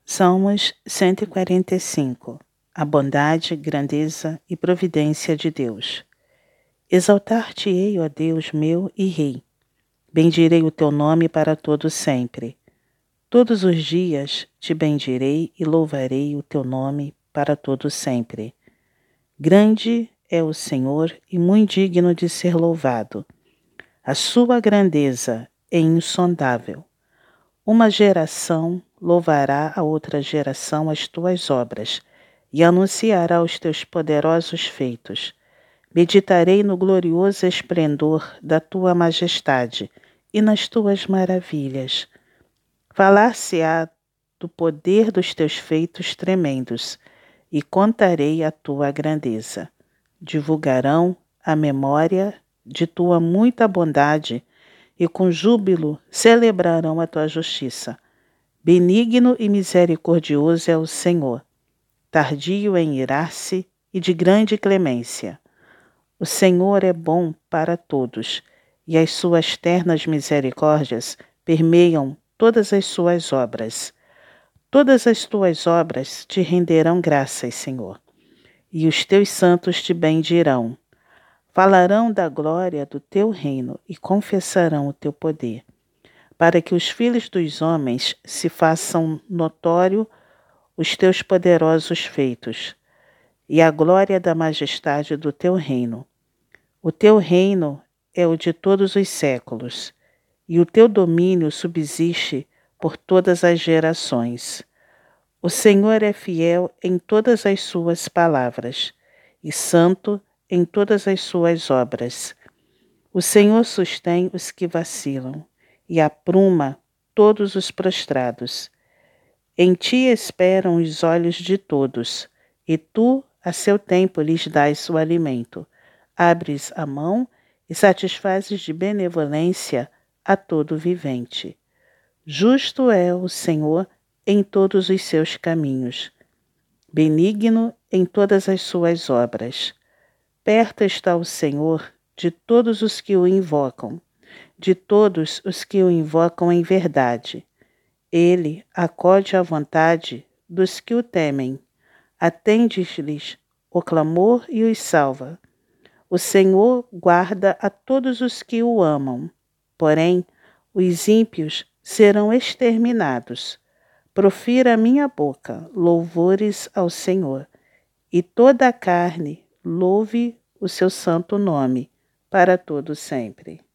Salmos 145. A bondade, grandeza e providência de Deus. Exaltar-te-ei, ó Deus meu e Rei. Bendirei o teu nome para todo sempre. Todos os dias te bendirei e louvarei o teu nome para todo sempre. Grande é o Senhor e muito digno de ser louvado. A sua grandeza é insondável. Uma geração louvará a outra geração as tuas obras e anunciará os teus poderosos feitos. Meditarei no glorioso esplendor da tua majestade e nas tuas maravilhas. Falar-se-á do poder dos teus feitos tremendos e contarei a tua grandeza. Divulgarão a memória de tua muita bondade e com júbilo celebrarão a tua justiça. Benigno e misericordioso é o Senhor, tardio em irar-se e de grande clemência. O Senhor é bom para todos, e as suas ternas misericórdias permeiam todas as suas obras. Todas as tuas obras te renderão graças, Senhor, e os teus santos te bendirão. Falarão da glória do teu reino e confessarão o teu poder, para que os filhos dos homens se façam notório os teus poderosos feitos e a glória da majestade do teu reino. O teu reino é o de todos os séculos, e o teu domínio subsiste por todas as gerações. O Senhor é fiel em todas as suas palavras e santo em todas as suas obras. O Senhor sustém os que vacilam e apruma todos os prostrados. Em ti esperam os olhos de todos, e tu, a seu tempo, lhes dás o alimento. Abres a mão e satisfazes de benevolência a todo vivente. Justo é o Senhor em todos os seus caminhos, benigno em todas as suas obras. Perto está o Senhor de todos os que o invocam, de todos os que o invocam em verdade. Ele acode à vontade dos que o temem, atende-lhes o clamor e os salva. O Senhor guarda a todos os que o amam, porém os ímpios serão exterminados. Profira a minha boca louvores ao Senhor, e toda a carne louve o seu santo nome, para todo sempre.